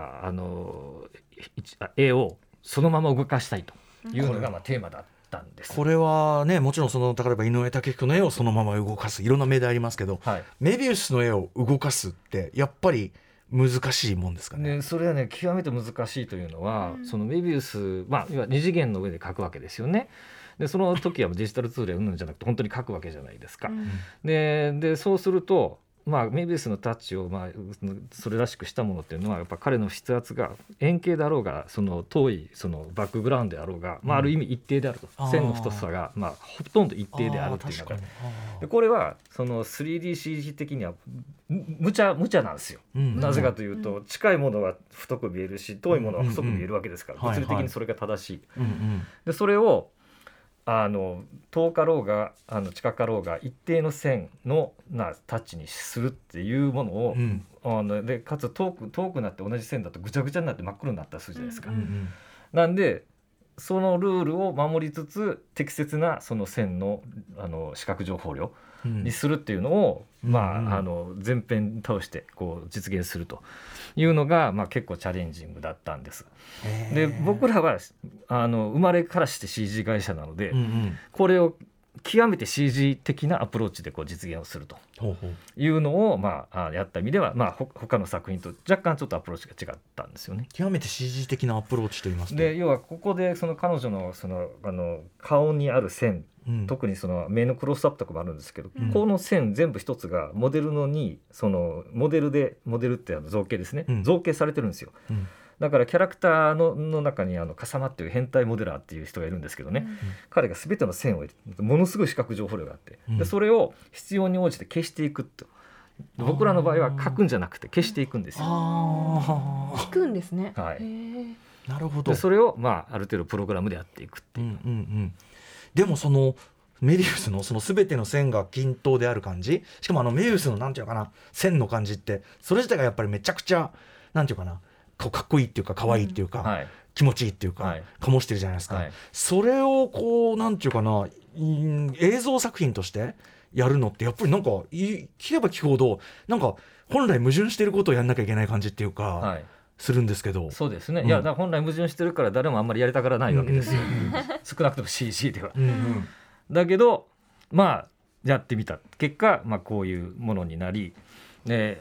絵をそのまま動かしたいというのがテーマだったんです。 これはね、もちろん例えば井上武彦の絵をそのまま動かす、いろんな命題ありますけど、メビウスの絵を動かすってやっぱり難しいもんですかね。 それはね極めて難しいというのは、そのメビウス、要は二次元の上で描くわけですよね。でその時はデジタルツールやうんぬんじゃなくて本当に描くわけじゃないですか、でそうするとメビウスのタッチを、それらしくしたものっていうのはやっぱ彼の筆圧が円形だろうがその遠いそのバックグラウンドであろうが、ある意味一定であると、線の太さが、ほとんど一定であるっていうのが、でこれはその 3DCG 的には無茶なんですよ、なぜかというと近いものは太く見えるし遠いものは細く見えるわけですから、物理的にそれが正しい、でそれを遠かろうが近かろうが一定の線のタッチにするっていうものを、でかつ遠くなって同じ線だとぐちゃぐちゃになって真っ黒になったりするじゃないですか、なんでそのルールを守りつつ適切なその線の視覚情報量にするっていうのを、全編通してこう実現するというのが、結構チャレンジングだったんです。で僕らは生まれからして CG 会社なので、これを極めて CG 的なアプローチでこう実現をするというのを、やった意味では、他の作品と若干ちょっとアプローチが違ったんですよね。 極めて CG 的なアプローチと言いますと、 で要はここでその彼女の顔にある線、特にその目のクロスアップとかもあるんですけど、この線全部一つがモデルモデルって造形ですね、造形されてるんですよ、だからキャラクターの中に笠間っていう変態モデラーっていう人がいるんですけどね、彼が全ての線をものすごい視覚情報量があって、でそれを必要に応じて消していくと。僕らの場合は書くんじゃなくて消していくんですよ。 聞くんですね。 なるほど。 でそれをある程度プログラムでやっていくっていう、 でもそのメビウスのその全ての線が均等である感じ、しかもメビウスのなんていうかな線の感じってそれ自体がやっぱりめちゃくちゃなんていうかなかっこいいっていうか可愛いっていうか、気持ちいいっていうか、醸してるじゃないですか、それをこうなんていうかな映像作品としてやるのってやっぱりなんか聞けば聞くほどなんか本来矛盾していることをやんなきゃいけない感じっていうか、するんですけど。 そうですね、いやだから本来矛盾してるから誰もあんまりやりたがらないわけですよ、少なくとも CG では、だけどやってみた結果、こういうものになり、で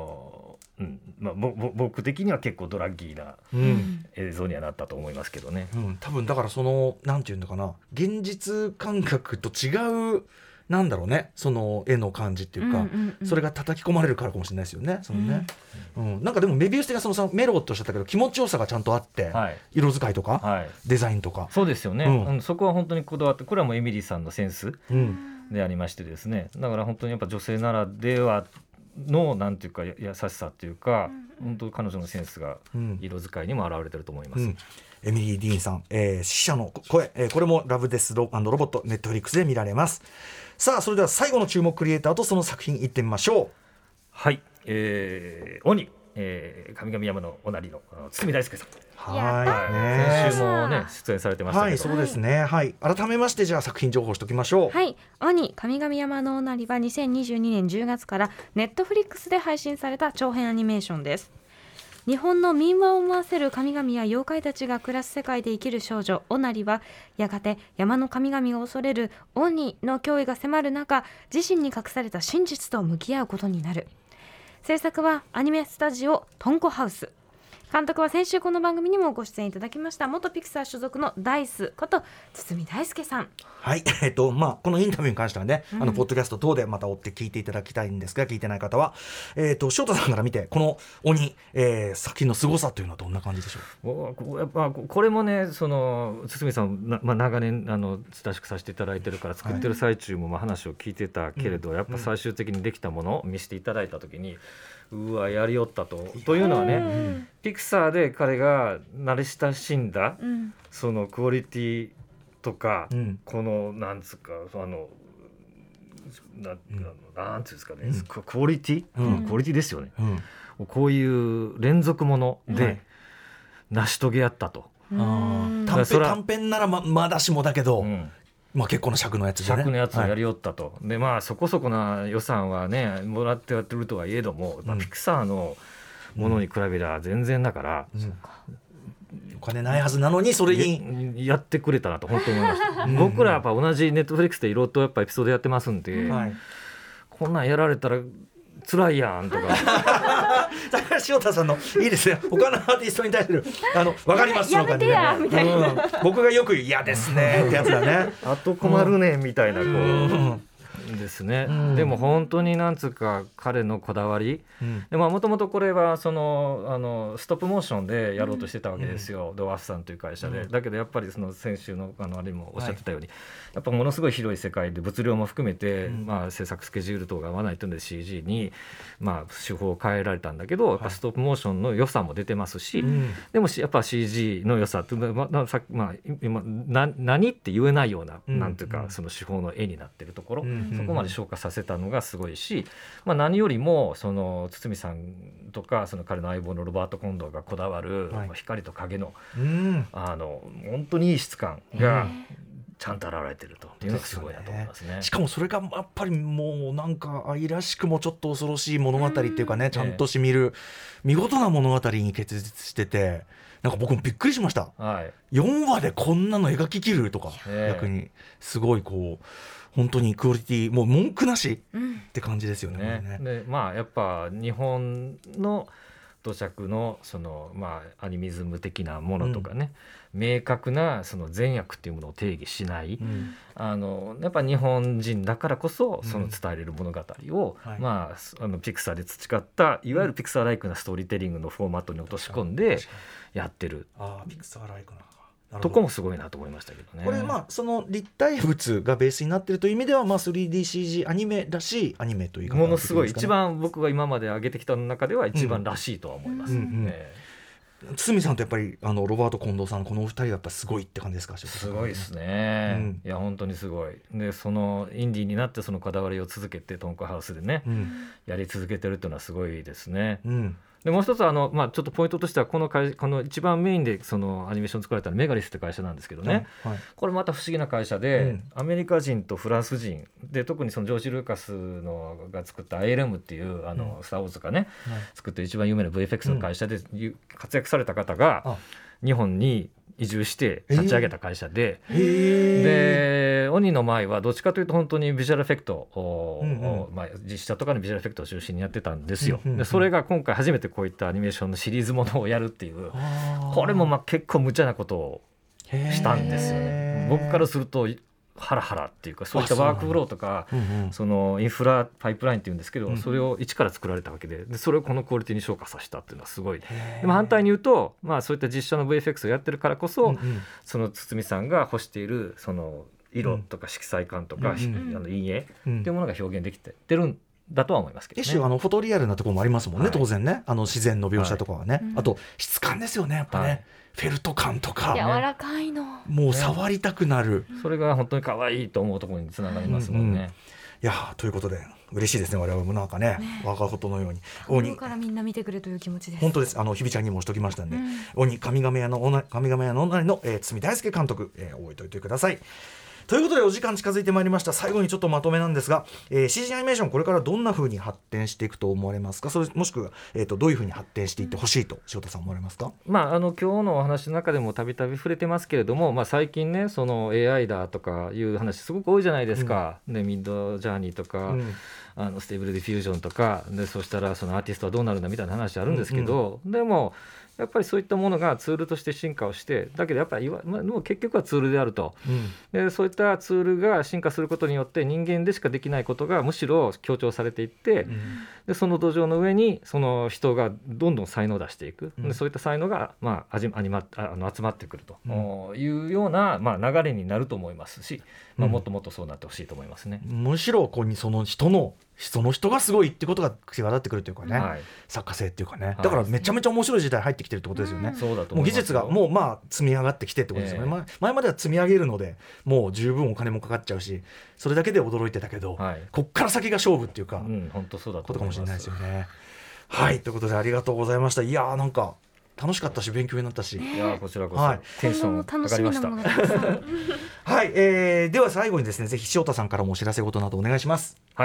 僕的には結構ドラッギーな映像にはなったと思いますけどね、 多分だからそのなんていうのかな現実感覚と違うなんだろうね、その絵の感じっていうか、それが叩き込まれるからかもしれないですよね。そのね、なんかでもメビウス的なそのメロっとおっしゃったけど気持ちよさがちゃんとあって、色使いとか、デザインとかそうですよね、そこは本当にこだわって、これはもうエミリーさんのセンスでありましてですね、だから本当にやっぱ女性ならではのなんていうか優しさっていうか、本当に彼女のセンスが色使いにも表れてると思います、 エミリー・ディーンさん、死者の声、これもラブデス・ロボットネットフリックスで見られます。さあそれでは最後の注目クリエイターとその作品いってみましょう。 はい、鬼上々山のおなりの堤大輔さん、 はい先週もね出演されてましたけど、 はい、そうですね、はい、改めましてじゃあ作品情報しておきましょう。 はい、鬼上々山のおなりは2022年10月からネットフリックスで配信された長編アニメーションです。日本の民話を思わせる神々や妖怪たちが暮らす世界で生きる少女おなりは、やがて山の神々を恐れる鬼の脅威が迫る中、自身に隠された真実と向き合うことになる。制作はアニメスタジオトンコハウス。監督は先週この番組にもご出演いただきました元ピクサー所属のダイスこと堤大輔さん。 はい、このインタビューに関してはね、ポッドキャスト等でまた追って聞いていただきたいんですが、聞いてない方は翔太さんから見てこの鬼、作品の凄さというのはどんな感じでしょう。 やっぱこれもね、その堤さん長年親しくさせていただいてるから作ってる最中も話を聞いてたけれど、やっぱ最終的にできたものを見せていただいた時に、うわやりよったというのはね、ピクサーで彼が慣れ親しんだ、そのクオリティとか、このなんつうかなんていうんですかね、クオリティ、クオリティですよね、こういう連続もので成し遂げやったと。 短編なら まだしもだけど、結構な尺のやつでね、 尺のやつをやりよったと、でそこそこな予算はねもらってやってるとはいえども、ピクサーのものに比べりゃ全然だから、 お金ないはずなのにそれにやってくれたなと本当思いました僕らやっぱ同じネットフリックスでいろいろとやっぱエピソードやってますんで、こんなんやられたら辛いやんとか高橋翔太さんのいいですね、他のアーティストに対する分かりますやめてやみたいな、 僕がよく嫌ですねってやつだねあと困るねみたいなですね、でも本当になんつうか彼のこだわり、でもともとこれはそのストップモーションでやろうとしてたわけですよ、ドワーフさんという会社で、だけどやっぱりその先週のあれもおっしゃってたように、やっぱものすごい広い世界で物量も含めて、制作スケジュール等が合わないというので CG に手法を変えられたんだけど、やっぱストップモーションの良さも出てますし、でもやっぱ CG の良さって今何って言えないような、なんていうかその手法の絵になってるところ、そこまで昇華させたのがすごいし、何よりもその堤さんとかその彼の相棒のロバート・コンドーがこだわる、光と影の、本当にいい質感がちゃんと現れてるというのがすごいなと思いますね。 しかもそれがやっぱりもうなんか愛らしくもちょっと恐ろしい物語っていうかね、ちゃんとしみる見事な物語に結実してて、なんか僕もびっくりしました、4話でこんなの描ききるとか、逆にすごいこう本当にクオリティもう文句なしって感じですよね。 でやっぱ日本の土着のそのアニミズム的なものとかね、明確なその善悪っていうものを定義しない、やっぱ日本人だからこそその伝えれる物語を、ピクサーで培ったいわゆるピクサーライクなストーリーテリングのフォーマットに落とし込んでやってる。 ピクサーライクなとこもすごいなと思いましたけどね。 これその立体物がベースになっているという意味では、3DCG アニメらしいアニメというか、 ものすごい一番僕が今まで上げてきた中では一番らしいとは思います。 堤さんとやっぱりロバート・近藤さん、このお二人はやっぱすごいって感じですか。 すごいですね、いや本当にすごい。でそのインディーになってそのこだわりを続けてトンコハウスでね、やり続けてるっていうのはすごいですね。でもう一つちょっとポイントとしてはこの一番メインでそのアニメーション作られたのメガリスって会社なんですけどね、これまた不思議な会社で、アメリカ人とフランス人で、特にそのジョージ・ルーカスのが作った ILM っていうスター・ウォーズとかね、作って一番有名な VFX の会社で活躍された方が日本に移住して立ち上げた会社で、で鬼の前はどっちかというと本当にビジュアルエフェクトを、実写とかのビジュアルエフェクトを中心にやってたんですよ。でそれが今回初めてこういったアニメーションのシリーズものをやるっていう、これも結構無茶なことをしたんですよね。僕からするとハラハラっていうか、そういったワークフローとか、そのインフラパイプラインっていうんですけど、それを一から作られたわけで、それをこのクオリティに昇華させたっていうのはすごい。でも反対に言うと、そういった実写の VFX をやってるからこそ、その堤さんが欲しているその色とか色彩感とか、陰影っていうものが表現できてるんだとは思いますけどね。 一種フォトリアルなところもありますもんね、当然ね、自然の描写とかはね、あと質感ですよね、やっぱね、フェルト感とか、 柔らかいのもう触りたくなる、 それが本当に可愛いと思うところにつながりますもんね。 いやということで嬉しいですね。我々もなんかね我がことのように心からみんな見てくれという気持ちです。 本当です。ひびちゃんにもしときましたんで、鬼神亀屋の女の、堤大輔監督、覚えておいてください。ということでお時間近づいてまいりました。最後にちょっとまとめなんですが、CG アニメーションこれからどんな風に発展していくと思われますか。それもしくは、どういう風に発展していってほしいと塩田さん思われますか。 今日のお話の中でもたびたび触れてますけれども、最近ねその AI だとかいう話すごく多いじゃないですか、でミッドジャーニーとか、ステーブルディフュージョンとかで、そしたらそのアーティストはどうなるんだみたいな話あるんですけど、でもやっぱりそういったものがツールとして進化をして、だけどやっぱりもう結局はツールであると、でそういったツールが進化することによって人間でしかできないことがむしろ強調されていって、でその土壌の上にその人がどんどん才能を出していく、でそういった才能が、集まってくるというような、流れになると思いますし、もっともっとそうなってほしいと思いますね。 むしろその人がすごいってことが際立ってくるというかね、作家性っていうかね、だからめちゃめちゃ面白い時代入ってきてるってことですよね。 そうだともう技思いますよ。 術がもう積み上がってきてってことですよね。前までは積み上げるのでもう十分お金もかかっちゃうし、それだけで驚いてたけど、こっから先が勝負っていうか、 本当そうだことかもしれないですよね。 はい、ということでありがとうございました。いやーなんか楽しかったし勉強になったし、 いやこちらこそ、テンション上がりました。 はい、では最後にですね、ぜひ塩田さんからもお知らせ事などお願いします。 はい、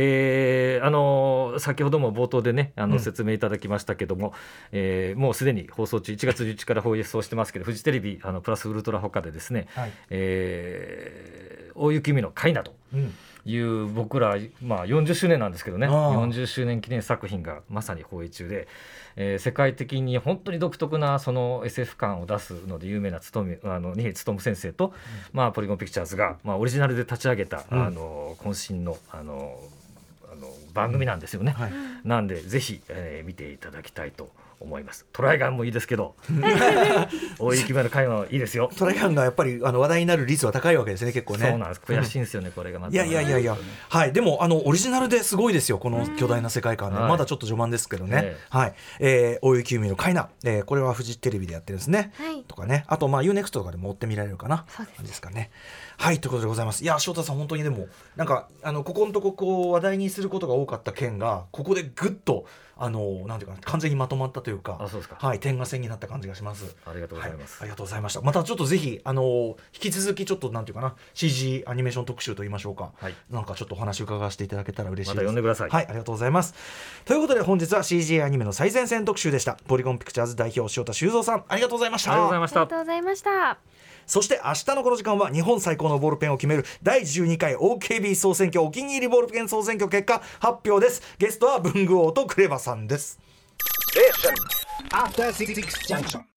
先ほども冒頭でね説明いただきましたけども、もうすでに放送中1月11日から放送してますけど、フジテレビプラスウルトラほかでですね、大雪海の貝などいう僕ら、40周年なんですけどね、40周年記念作品がまさに放映中で、世界的に本当に独特なその SF 感を出すので有名な二重勉先生と、ポリゴンピクチャーズが、オリジナルで立ち上げた、渾身の番組なんですよね。なんでぜひ、見ていただきたいと思います。トライガンもいいですけど大雪海の会もいいですよ。 トライガンがやっぱり話題になる率は高いわけですね、結構ね。 そうなんです。悔しいんですよね、これがまた。 いや、はい、でもオリジナルですごいですよ、この巨大な世界観で、まだちょっと序盤ですけどね、大雪海のカイナ、これはフジテレビでやってるんですね、とかね、あとUNEXT とかでも追って見られるかな、感じですかね。はい、ということでございます。いや翔太さん本当にでもなんかここのとこ話題にすることが多かった件がここでぐっとなんていうか完全にまとまったというか、 そうですか。 はい、点が線になった感じがします。 ありがとうございます。 ありがとうございました。またちょっとぜひ引き続きちょっとなんていうかな CG アニメーション特集と言いましょうか、なんかちょっとお話伺わせていただけたら嬉しいです。 また呼んでください。 はい、ありがとうございます。ということで本日は CG アニメの最前線特集でした。ポリゴンピクチャーズ代表塩田修造さん、ありがとうございました。 ありがとうございました。 ありがとうございました。 そして明日のこの時間は日本最高のボールペンを決める第12回 OKB 総選挙お気に入りボールペン総選挙結果発表です。ゲストは文具王とクレバさんです。